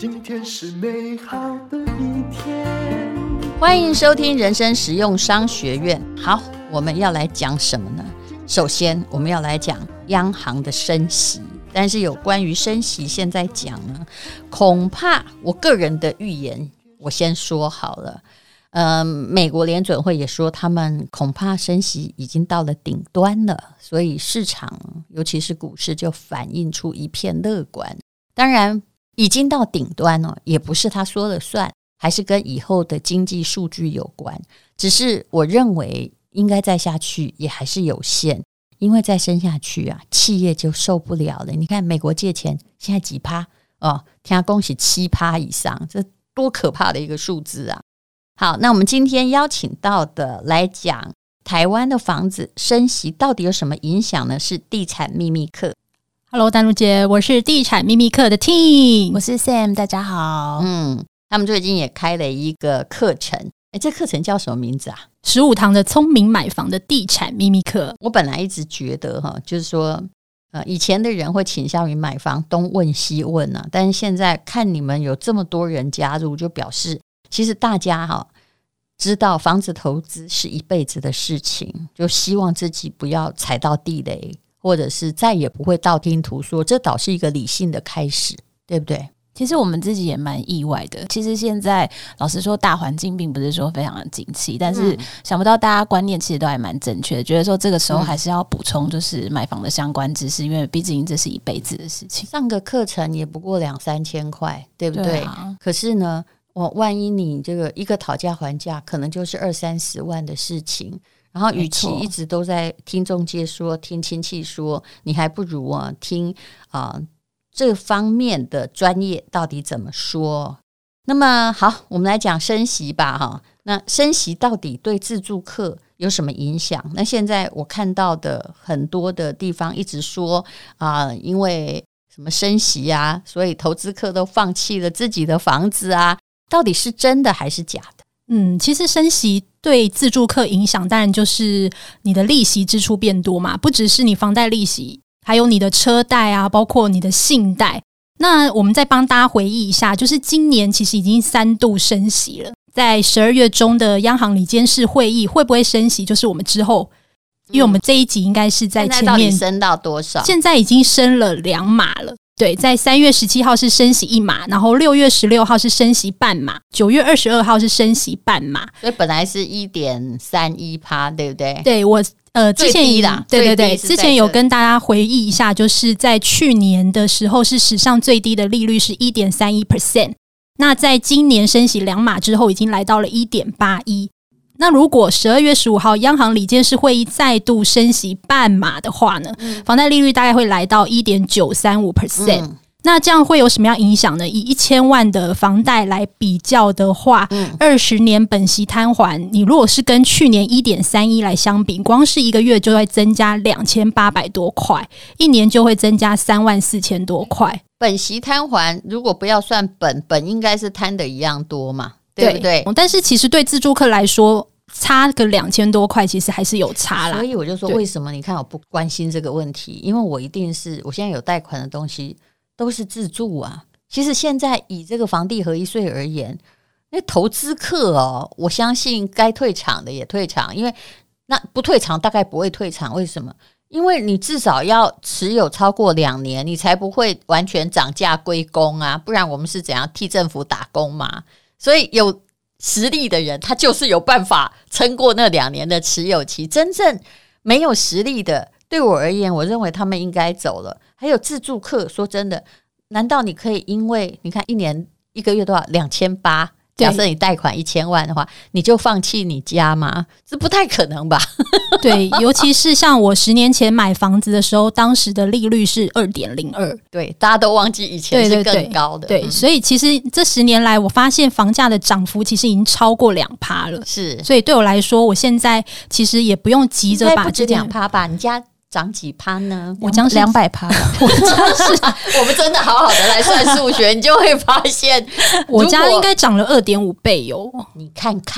今天是美好的一天。 欢迎收听人生实用商学院。好，我们要来讲什么呢？首先我们要来讲央行的升息，但是有关于升息现在讲呢，恐怕我个人的预言我先说好了，美国联准会也说他们恐怕升息已经到了顶端了，所以市场尤其是股市就反映出一片乐观。当然已经到顶端了，也不是他说了算，还是跟以后的经济数据有关，只是我认为应该再下去也还是有限，因为再升下去啊，企业就受不了了。你看美国借钱现在几趴听恭喜7%以上，这多可怕的一个数字啊！好，那我们今天邀请到的来讲台湾的房子升息到底有什么影响呢？是地产秘密课。 Hello， 丹如姐，我是地产秘密课的 Team， 我是 Sam， 大家好。 他们最近也开了一个课程，这课程叫什么名字啊 ？15堂的聪明买房的地产秘密课。 我本来一直觉得就是说以前的人会倾向于买房东问西问啊，但是现在看你们有这么多人加入，就表示其实大家知道房子投资是一辈子的事情，就希望自己不要踩到地雷，或者是再也不会道听途说，这倒是一个理性的开始，对不对？ 其实我们自己也蛮意外的，其实现在老实说大环境并不是说非常的景气，但是想不到大家观念其实都还蛮正确的，觉得说这个时候还是要补充就是买房的相关知识，因为毕竟这是一辈子的事情。 上个课程也不过2-3千块，对不对？ 对啊， 可是呢万一你这个一个讨价还价可能就是20-30万的事情，然后与其一直都在听中介说听亲戚说，你还不如听这方面的专业到底怎么说。那么好，我们来讲升息吧那升息到底对自住客有什么影响？那现在我看到的很多的地方一直说因为什么升息啊，所以投资客都放弃了自己的房子啊，到底是真的还是假的？ 其实升息对自住客影响当然就是你的利息支出变多嘛，不只是你房贷利息，还有你的车贷啊，包括你的信贷。那我们再帮大家回忆一下，就是今年其实已经3度升息了，在12月中的央行理监事会议会不会升息，就是我们之后因为我们这一集应该是在前面， 现在到底升到多少？ 现在已经升了2码了。对，在3月17号是升息1码，然后6月16号是升息半码，9月22号是升息半码， 所以本来是 1.31%， 对不对？ 对，我之前对，之前有跟大家回忆一下，就是在去年的时候是史上最低的利率是 1.31%， 那在今年升息2码之后已经来到了 1.81%。那如果12月15号央行理监事会议再度升息半码的话呢，房贷利率大概会来到 1.935%。那这样会有什么样影响呢？以1000万的房贷来比较的话，20年本息摊还，你如果是跟去年 1.31 来相比，光是1个月就会增加2800多块，一年就会增加34000多块。 本息摊还如果不要算本应该是摊的一样多嘛，对不对？ 但是其实对自住客来说差个2000多块其实还是有差啦。 所以我就说为什么你看我不关心这个问题，因为我一定是我现在有贷款的东西都是自住啊。其实现在以这个房地合一税而言，那投资客我相信该退场的也退场，因为那不退场大概不会退场。为什么？因为你至少要持有超过2年，你才不会完全涨价归公啊，不然我们是怎样替政府打工嘛？所以有实力的人他就是有办法撑过那2年的持有期，真正没有实力的，对我而言我认为他们应该走了。还有自住客，说真的，难道你可以因为你看一年1个月多少2800，假设你贷款1000万的话，你就放弃你家吗？这不太可能吧？ 对，尤其是像我10年前买房子的时候，当时的利率是 2.02%。 对，大家都忘记以前是更高的。 对，所以其实这10年来我发现房价的涨幅其实已经超过2%了。 是， 所以对我来说，我现在其实也不用急着把这 2%吧？你家涨几趴呢？ 我将是200%吧。 我将是我们真的好好的来算数学，你就会发现， 我家应该涨了2.5倍哟。 你看看，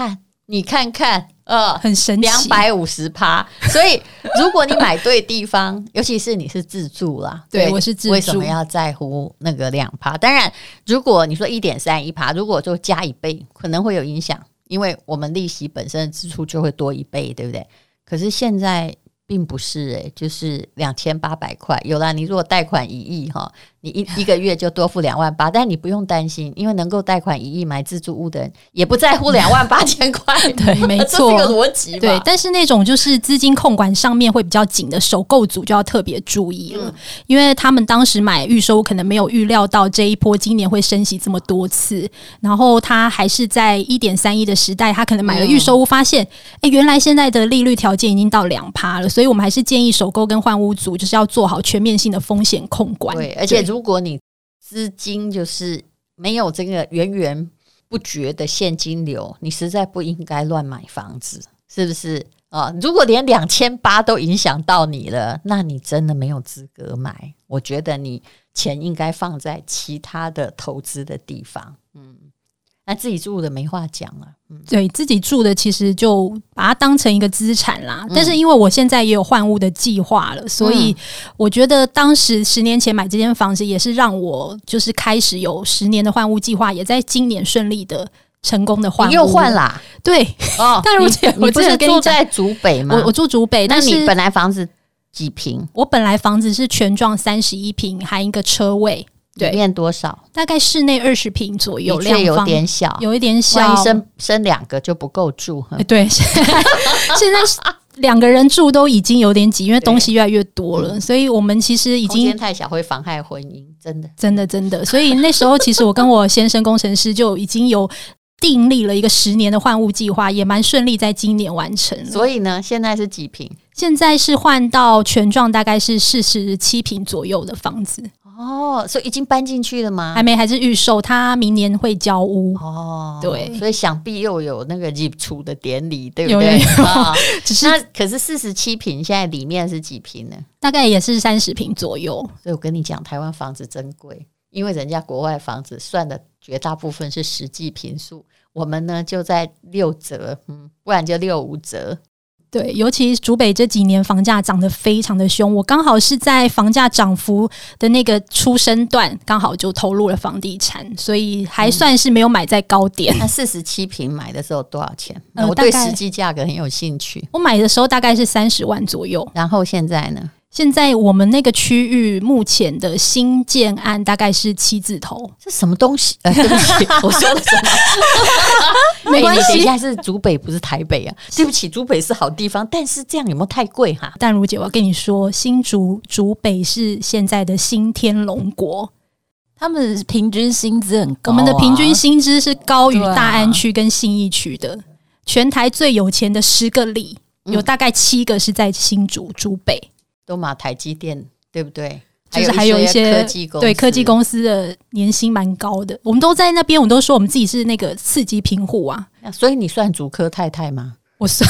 你看看， 很神奇 ，250%。所以如果你买对地方，尤其是你是自住啦， 对，我是自住， 为什么要在乎那个2%？当然，如果你说1.31%，如果就加1倍，可能会有影响，因为我们利息本身的支出就会多1倍，对不对？可是现在并不是就是2800块，有啦。你如果贷款1亿哈，你一个月就多付28000，但你不用担心，因为能够贷款1亿买自住屋的人也不在乎28000块， 对，没错， 这是个逻辑嘛。 对，但是那种就是资金控管上面会比较紧的首购族就要特别注意了，因为他们当时买预售可能没有预料到这一波今年会升息这么多次，然后他还是在1.31的时代，他可能买了预售屋，发现原来现在的利率条件已经到2%了，所以我们还是建议首购跟换屋族就是要做好全面性的风险控管。 对，而且如果你资金就是没有这个源源不绝的现金流，你实在不应该乱买房子，是不是啊？如果连2800都影响到你了，那你真的没有资格买。我觉得你钱应该放在其他的投资的地方。那自己住的没话讲了， 对，自己住的其实就把它当成一个资产啦。但是因为我现在也有换屋的计划了，所以我觉得当时10年前买这间房子也是让我就是开始有10年的换屋计划，也在今年顺利的成功的换屋。 你又换啦？ 对，但如姐， 你不是住在竹北吗？ 我住竹北，但是你本来房子几坪？ 我本来房子是全幢31坪，含一个车位。 里面多少？ 大概室内20坪左右， 的确有点小， 有一点小。 万一生2个就不够住。 对，现在2个人住都已经有点挤，因为东西越来越多了，所以我们其实已经空间太小会妨害婚姻， 真的。所以那时候其实我跟我先生工程师就已经有订立了一个10年的换屋计划，也蛮顺利，在今年完成了。 所以呢，现在是几坪？ 现在是换到全幢，大概是47坪左右的房子。 所以已经搬进去了吗？ 还没，还是预售，他明年会交屋。对， 所以想必又有那个入厝的典礼，对不对？只是那可是47坪，现在里面是几坪呢？ 大概也是30坪左右。 所以我跟你讲，台湾房子真贵，因为人家国外房子算的绝大部分是实际坪数，我们呢就在6折，不然就65折。 对，尤其竹北这几年房价涨得非常的凶，我刚好是在房价涨幅的那个出生段，刚好就投入了房地产，所以还算是没有买在高点。 那47坪买的时候多少钱？我对实际价格很有兴趣。 我买的时候大概是30万左右。 然后现在呢？ 现在我们那个区域目前的新建案大概是7字头。 这什么东西？对不起，我说了什么？没关系，等一下是竹北不是台北啊。对不起，竹北是好地方，但是这样有没有太贵哈？ 淡如姐，我要跟你说，新竹北是现在的新天龙国， 他们平均薪资很高， 我们的平均薪资是高于大安区跟信义区的。全台最有钱的10个里，有大概7个是在新竹北。 都买台积电，对不对？ 就是还有一些科技公司， 对科技公司的年薪蛮高的。我们都在那边，我们都说我们自己是那个次级贫户啊。 所以你算竹科太太吗？ 我算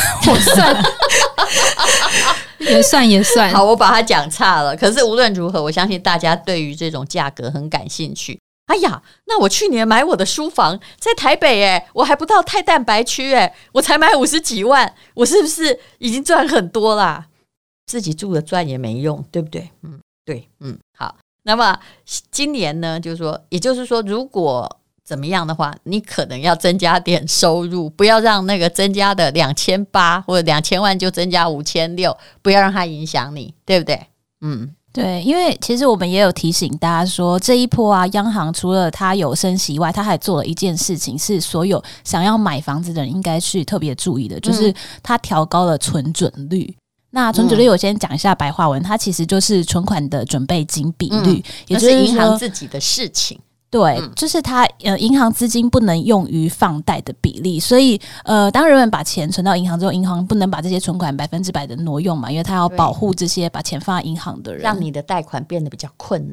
也算。 好，我把它讲差了。可是无论如何，我相信大家对于这种价格很感兴趣。哎呀，那我去年买我的书房在台北我还不到太蛋白区我才买50几万，我是不是已经赚很多啦？自己住的赚也没用，对不对？对，好。那么今年呢，也就是说，如果怎么样的话，你可能要增加点收入，不要让那个增加的2800或者2000万就增加5600，不要让它影响你，对不对？ 对，因为其实我们也有提醒大家说，这一波央行除了它有升息以外，它还做了一件事情，是所有想要买房子的人应该去特别注意的，就是它调高了存准率。那存准率我先讲一下白话文，它其实就是存款的准备金比率，也就是银行自己的事情。 对，就是它银行资金不能用于放贷的比例，所以当人们把钱存到银行之后，银行不能把这些存款100%的挪用嘛，因为它要保护这些把钱放在银行的人， 让你的贷款变得比较困难。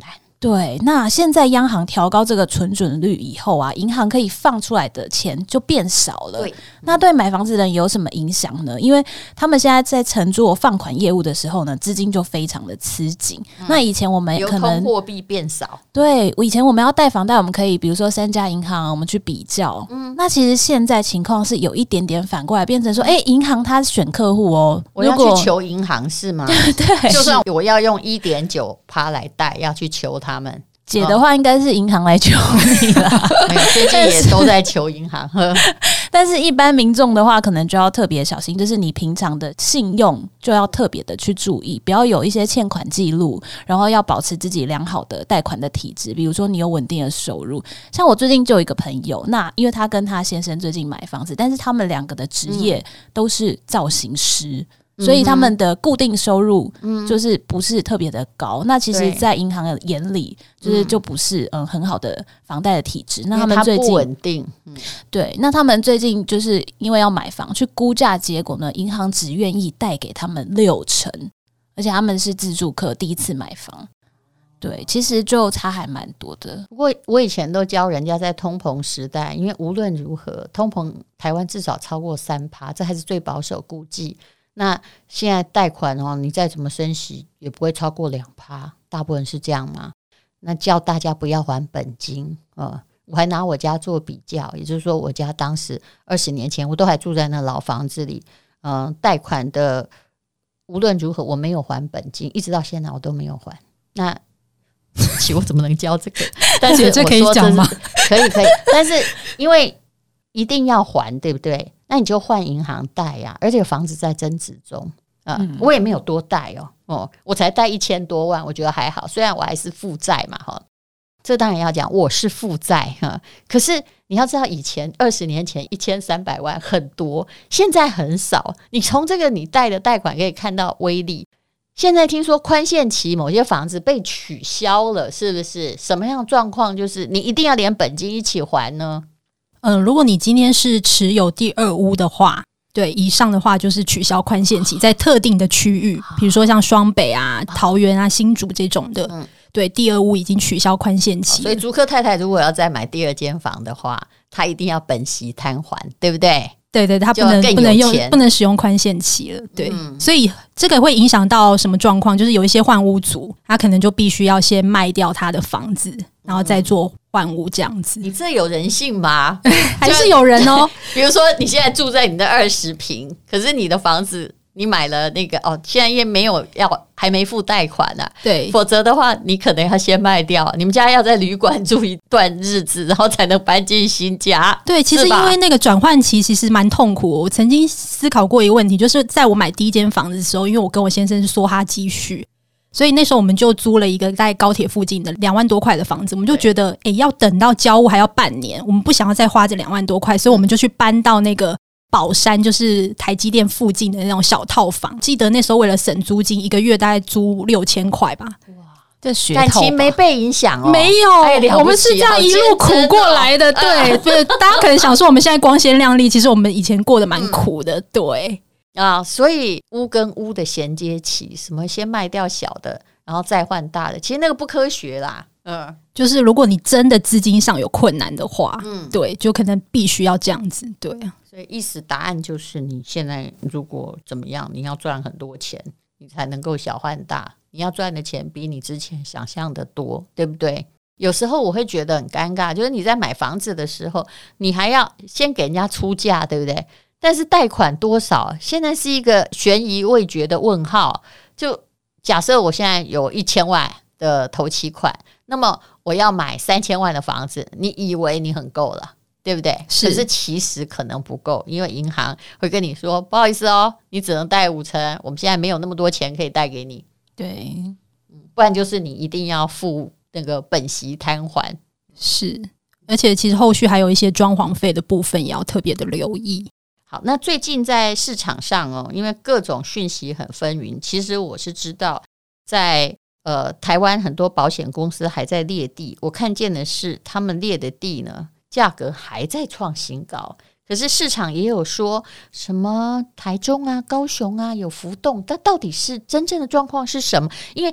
对，那现在央行调高这个存准率以后啊，银行可以放出来的钱就变少了。 对， 那对买房子的人有什么影响呢？因为他们现在在承做放款业务的时候呢，资金就非常的吃紧。那以前我们可能流通货币变少， 对，以前我们要贷房贷，我们可以比如说3家银行，我们去比较。那其实现在情况是有一点点反过来，变成说，银行它选客户哦， 我要去求银行是吗？ 对， 就算我要用 1.9% 来贷，要去求他们。 姐的话应该是银行来求你啦， 没有，最近也都在求银行。 但是一般民众的话，可能就要特别小心，就是你平常的信用就要特别的去注意，不要有一些欠款记录，然后要保持自己良好的贷款的体质，比如说你有稳定的收入。像我最近就有一个朋友，那因为他跟他先生最近买房子，但是他们2个的职业都是造型师。所以他们的固定收入就是不是特别的高，那其实在银行的眼里就不是很好的房贷的体质。那他们最近不稳定， 对，那他们最近就是因为要买房去估价，结果呢银行只愿意贷给他们60%，而且他们是自住客，第一次买房。对，其实就差还蛮多的。 不过我以前都教人家在通膨时代，因为无论如何通膨台湾至少超过3%，这还是最保守估计。那现在贷款你再怎么升息也不会超过2%，大部分是这样嘛。那叫大家不要还本金我还拿我家做比较，也就是说我家当时20年前我都还住在那老房子里，贷款的无论如何我没有还本金，一直到现在我都没有还。那我怎么能教这个？但是这可以讲吗？ 可以，但是因为一定要还，对不对？那你就换银行贷呀，而且房子在增值中我也没有多贷我才贷1000多万，我觉得还好，虽然我还是负债嘛这当然要讲我是负债可是你要知道以前20年前1300万很多，现在很少。你从这个你贷的贷款可以看到威力。现在听说宽限期某些房子被取消了，是不是？什么样的状况就是你一定要连本金一起还呢？ 如果你今天是持有第2屋的话，对，以上的话就是取消宽限期，在特定的区域，比如说像双北啊、桃园啊、新竹这种的，对，第2屋已经取消宽限期。 所以竹科太太如果要再买第2间房的话，她一定要本息摊还，对不对？ 对，他不能使用宽限期了。对，所以这个会影响到什么状况？就是有一些换屋族，他可能就必须要先卖掉他的房子，然后再做换屋这样子。 你这有人性吗？ 还是有人比如说你现在住在你的20坪，可是你的房子你买了那个现在也没有还没付贷款啊， 对， 否则的话你可能要先卖掉，你们家要在旅馆住一段日子，然后才能搬进新家。 对，其实因为那个转换期其实蛮痛苦我曾经思考过一个问题，就是在我买第1间房子的时候，因为我跟我先生是梭哈积蓄，所以那时候我们就租了一个在高铁附近的2万多块的房子，我们就觉得要等到交屋还要半年，我们不想要再花这2万多块，所以我们就去搬到那个宝山，就是台积电附近的那种小套房。记得那时候为了省租金，1个月大概租6000块吧。 哇， 这噱头感情没被影响没有，我们是这样一路苦过来的。对，大家可能想说我们现在光鲜亮丽，其实我们以前过得蛮苦的。对所以屋跟屋的衔接期，什么先卖掉小的，然后再换大的，其实那个不科学啦。 就是如果你真的资金上有困难的话，对，就可能必须要这样子。对啊， 所以意思答案就是你现在如果怎么样，你要赚很多钱，你才能够小换大，你要赚的钱比你之前想象的多，对不对？有时候我会觉得很尴尬，就是你在买房子的时候，你还要先给人家出价，对不对？但是贷款多少，现在是一个悬疑未决的问号。就假设我现在有1000万的头期款，那么我要买3000万的房子，你以为你很够了，对不对？可是其实可能不够，因为银行会跟你说不好意思你只能贷50%，我们现在没有那么多钱可以贷给你。 对， 不然就是你一定要付那个本息摊还。 是，而且其实后续还有一些装潢费的部分也要特别的留意。 好，那最近在市场上因为各种讯息很纷纭，其实我是知道在台湾很多保险公司还在列地，我看见的是他们列的地呢，价格还在创新高。可是市场也有说什么台中啊、高雄啊有浮动，但到底是真正的状况是什么？因为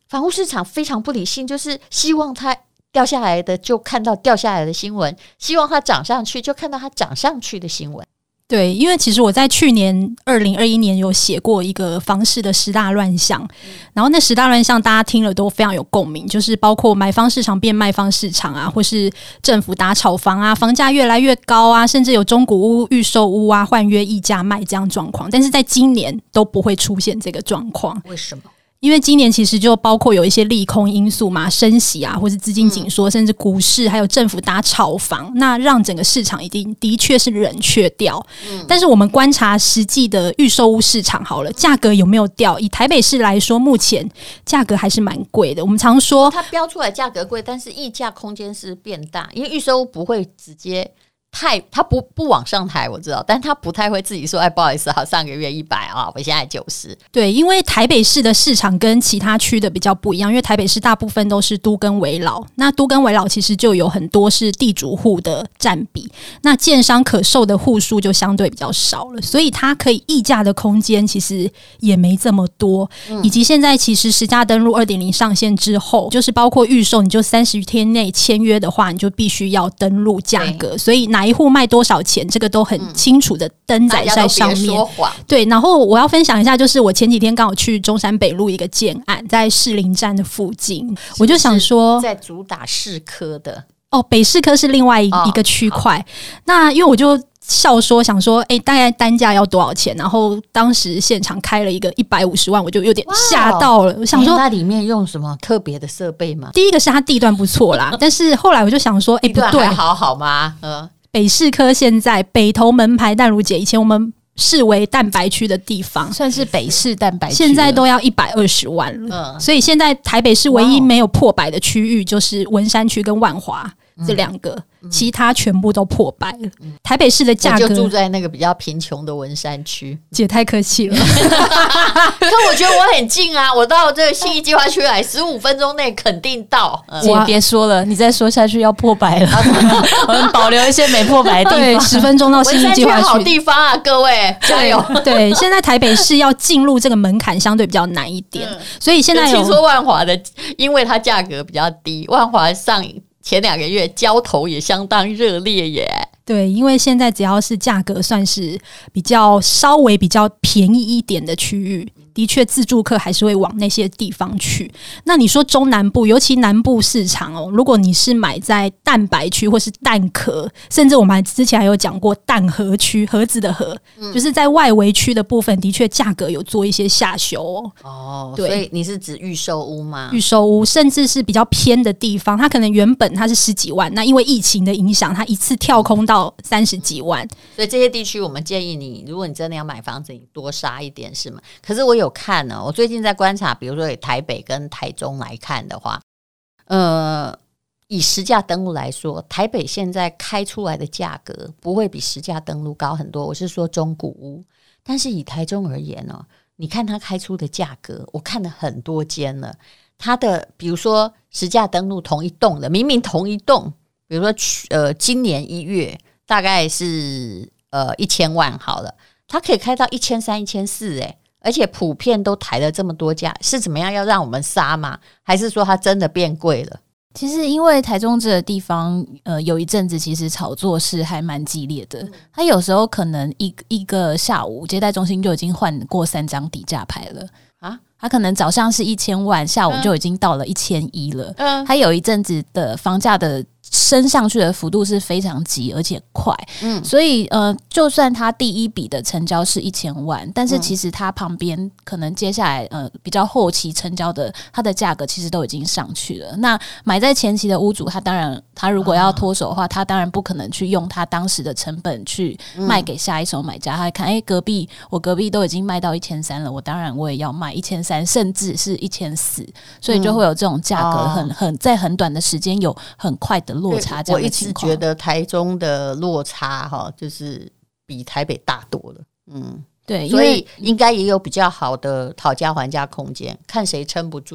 房屋市场非常不理性，就是希望它掉下来的就看到掉下来的新闻，希望它涨上去就看到它涨上去的新闻。 对，因为其实我在去年2021年有写过一个房市的10大乱象，然后那10大乱象大家听了都非常有共鸣，就是包括买方市场变卖方市场啊，或是政府打炒房啊，房价越来越高啊，甚至有中古屋、预售屋啊换约溢价卖这样状况，但是在今年都不会出现这个状况。 为什么？ 因为今年其实就包括有一些利空因素嘛，升息啊，或是资金紧缩，甚至股市还有政府打炒房，那让整个市场已经的确是冷却掉。但是我们观察实际的预售屋市场好了，价格有没有掉？以台北市来说，目前价格还是蛮贵的。我们常说它标出来价格贵，但是溢价空间是变大，因为预售屋不会直接它不往上抬，我知道，但它不太会自己说，哎，不好意思，好，上个月100啊，我现在90。 对，因为台北市的市场跟其他区的比较不一样，因为台北市大部分都是都更危老，那都更危老其实就有很多是地主户的占比，那建商可售的户数就相对比较少了，所以它可以议价的空间其实也没这么多。以及现在其实实价登录 2.0 上线之后，就是包括预售，你就30天内签约的话，你就必须要登录价格，所以哪一户卖多少钱，这个都很清楚的登载在上面。对，然后我要分享一下，就是我前几天刚好去中山北路一个建案，在士林站的附近，我就想说， 在主打市科的北市科是另外一个区块。那因为我就笑说，想说，大概单价要多少钱？然后当时现场开了一个150万，我就有点吓到了。我想说， 那里面用什么特别的设备吗？ 第一个是它地段不错啦，但是后来我就想说，不对， 还好吗？ 北市科现在北投门牌淡如姐，以前我们视为蛋白区的地方， 算是北市蛋白区， 现在都要120万了。所以现在台北市唯一没有破百的区域就是文山区跟万华这2个，其他全部都破百了。台北市的价格， 我就住在那个比较贫穷的文山区。 姐太客气了， 可我觉得我很近啊，我到这个信义计划区来15分钟内肯定到。 姐别说了，你再说下去要破百了。我们保留一些没破百的地方。 10分钟到信义计划区， 好地方啊，各位加油！ 对，现在台北市要进入这个门槛相对比较难一点，所以现在听说万华的，因为它价格比较低，万华前2个月交投也相当热烈耶。 对，因为现在只要是价格算是稍微比较便宜一点的区域，的确自住客还是会往那些地方去。那你说中南部，尤其南部市场如果你是买在蛋白区或是蛋壳，甚至我们之前还有讲过蛋盒区，盒子的盒，就是在外围区的部分，的确价格有做一些下修对，所以你是指预售屋吗？ 预售屋，甚至是比较偏的地方，它可能原本它是10几万，那因为疫情的影响，它一次跳空到30几万。 所以这些地区我们建议你，如果你真的要买房子，你多杀一点是吗？可是我有看呢，我最近在观察，比如说以台北跟台中来看的话，以实价登录来说，台北现在开出来的价格不会比实价登录高很多，我是说中古屋。但是以台中而言你看它开出的价格，我看了很多间了，它的比如说实价登录同一栋的，明明同一栋，比如说今年1月大概是1000万好了，它可以开到1300、1400而且普遍都抬了这么多价，是怎么样要让我们杀吗？还是说它真的变贵了？ 其实因为台中这个地方有一阵子其实炒作是还蛮激烈的，它有时候可能一个下午接待中心就已经换过3张底价牌了啊，它可能早上是1000万，下午就已经到了1100了。它有一阵子的房价的升上去的幅度是非常急而且快，所以就算它第一笔的成交是1000万，但是其实它旁边可能接下来比较后期成交的，它的价格其实都已经上去了。那买在前期的屋主，他如果要脱手的话，他当然不可能去用他当时的成本去卖给下一手买家，他看我隔壁都已经卖到1300了，我当然我也要卖1300，甚至是1400，所以就会有这种价格在很短的时间有很快的落差这样的情况。 我一直觉得台中的落差就是比台北大多了， 对， 所以应该也有比较好的讨价还价空间，看谁撑不住嘛。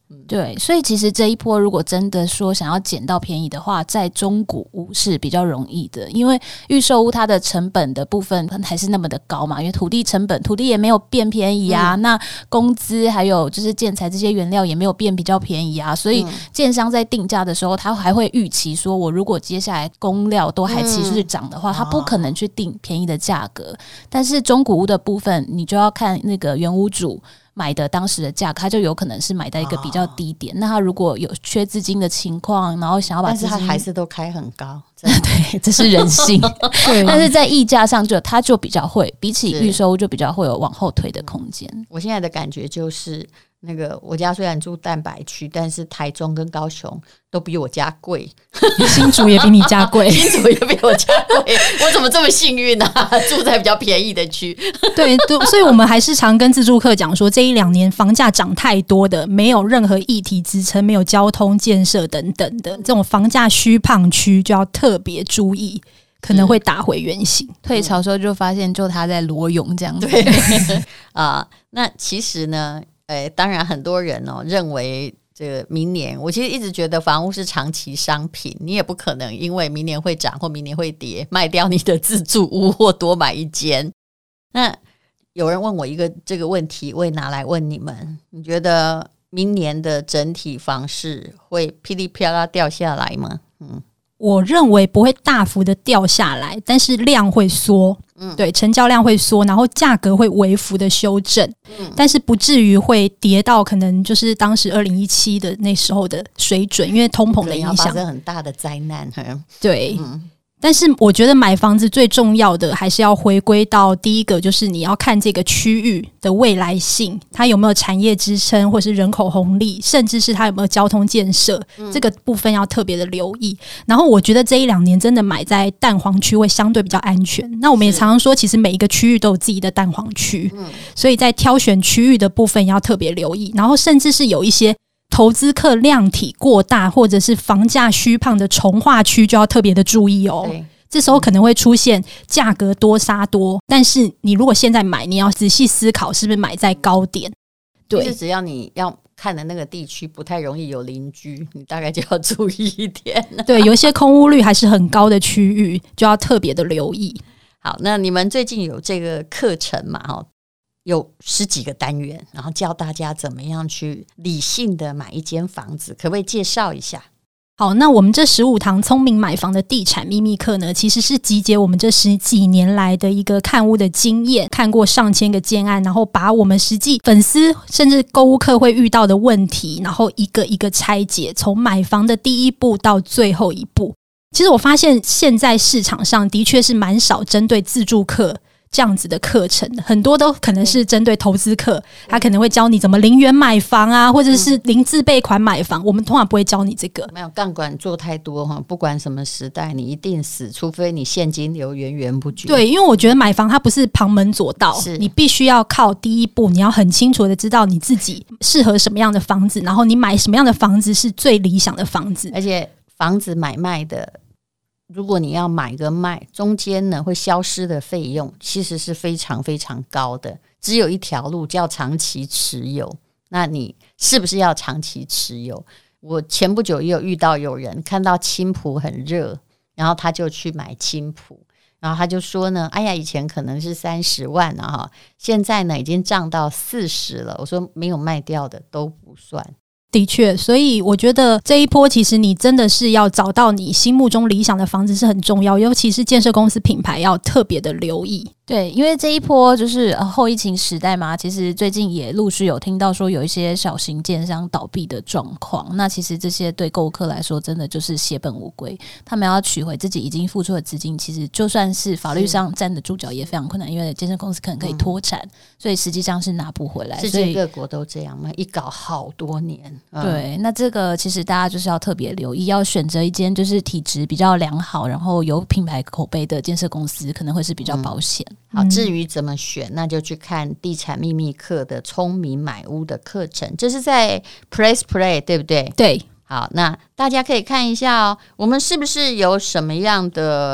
对，所以其实这一波如果真的说想要捡到便宜的话，在中古屋是比较容易的，因为预售屋它的成本的部分还是那么的高嘛，因为土地成本，土地也没有变便宜啊，那工资还有就是建材这些原料也没有变比较便宜啊，所以建商在定价的时候，他还会预期说，我如果接下来工料都还持续涨的话，他不可能去定便宜的价格。但是中古屋的部分，你就要看那个原屋主买的当时的价格，他就有可能是买在一个比较低点。那他如果有缺资金的情况，然后想要把资金， 但是他还是都开很高， 对，这是人性。对，但是在溢价上他就比较会，比起预售就比较会有往后推的空间。 我现在的感觉就是那个我家虽然住蛋白区，但是台中跟高雄都比我家贵， 新竹也比你家贵， 新竹也比我家贵，我怎么这么幸运啊？住在比较便宜的区。 对，所以我们还是常跟自住客讲说，这1-2年房价涨太多的，没有任何议题支撑，没有交通建设等等的这种房价虚胖区，就要特别注意。可能会打回原形， 退潮的时候就发现就他在裸泳这样子。 对那其实呢，当然很多人认为这个明年，我其实一直觉得房屋是长期商品，你也不可能因为明年会涨或明年会跌，卖掉你的自住屋或多买一间。那有人问我一个这个问题，我也拿来问你们，你觉得明年的整体房市会噼里啪啦掉下来吗？ 我认为不会大幅的掉下来，但是量会缩，对，成交量会缩，然后价格会微幅的修正，但是不至于会跌到可能就是当时2017的那时候的水准，因为通膨的影响， 发生很大的灾难。 对。但是我觉得买房子最重要的还是要回归到第一个，就是你要看这个区域的未来性，它有没有产业支撑，或是人口红利，甚至是它有没有交通建设，这个部分要特别的留意。然后我觉得这1-2年真的买在蛋黄区会相对比较安全。那我们也常常说，其实每一个区域都有自己的蛋黄区，所以在挑选区域的部分要特别留意。然后甚至是有一些投资客量体过大或者是房价虚胖的重划区就要特别的注意哦。这时候可能会出现价格多杀多，但是你如果现在买，你要仔细思考是不是买在高点。对， 就是只要你要看的那个地区不太容易有邻居，你大概就要注意一点。 对，有一些空屋率还是很高的区域就要特别的留意。 好，那你们最近有这个课程嘛？有10几个单元，然后教大家怎么样去理性的买一间房子，可不可以介绍一下？ 好，那我们这15堂聪明买房的地产秘密课呢，其实是集结我们这10几年来的一个看屋的经验，看过上千个建案，然后把我们实际粉丝甚至购物客会遇到的问题，然后一个一个拆解，从买房的第一步到最后一步。其实我发现现在市场上的确是蛮少针对自住客这样子的课程，很多都可能是针对投资客，他可能会教你怎么零元买房啊，或者是零自备款买房，我们通常不会教你这个。 没有杠杆做太多，不管什么时代你一定死，除非你现金流源源不绝。 对，因为我觉得买房它不是旁门左道，你必须要靠第一步，你要很清楚的知道你自己适合什么样的房子，然后你买什么样的房子是最理想的房子。 而且房子买卖的，如果你要买跟卖，中间呢会消失的费用其实是非常非常高的，只有一条路叫长期持有。那你是不是要长期持有？我前不久也有遇到有人看到青埔很热，然后他就去买青埔，然后他就说呢，哎呀，以前可能是30万啊，现在呢已经涨到40了。我说没有卖掉的都不算。 的确，所以我觉得这一波其实你真的是要找到你心目中理想的房子是很重要，尤其是建设公司品牌要特别的留意。 对，因为这一波就是后疫情时代嘛，其实最近也陆续有听到说有一些小型建商倒闭的状况。那其实这些对购物客来说真的就是血本无归，他们要取回自己已经付出的资金，其实就算是法律上站得住脚也非常困难，因为建设公司可能可以脱产，所以实际上是拿不回来。 世界各国都这样嘛，一搞好多年。 对，那这个其实大家就是要特别留意，要选择一间就是体质比较良好，然后有品牌口碑的建设公司，可能会是比较保险。 好，至于怎么选，那就去看地产秘密课的聪明买屋的课程，这是在 Press Play 对不对？ 对。 好，那大家可以看一下哦，我们是不是有什么样的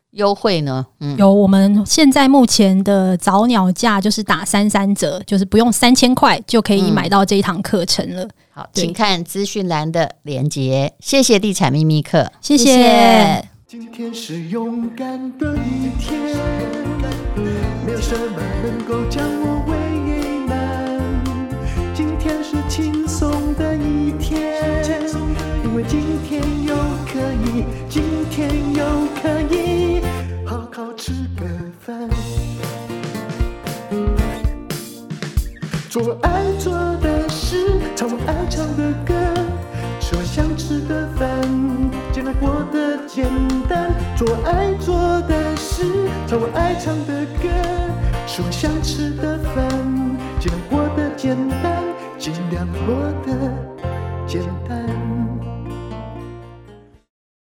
优惠呢？ 有，我们现在目前的早鸟价就是打33折，就是不用3000块就可以买到这一堂课程了。 好，请看资讯栏的连结。谢谢地产秘密课， 谢谢。 今天是勇敢的一天，没有什么能够将我为难。今天是轻松的一天，因为今天又可以，今天又可以好好吃个饭，做我爱做的事，唱我爱唱的歌，吃我想吃的饭，尽量过得简单。做我爱做的事，唱我爱唱的歌，吃我想吃的饭，尽量过得简单，尽量过得简单。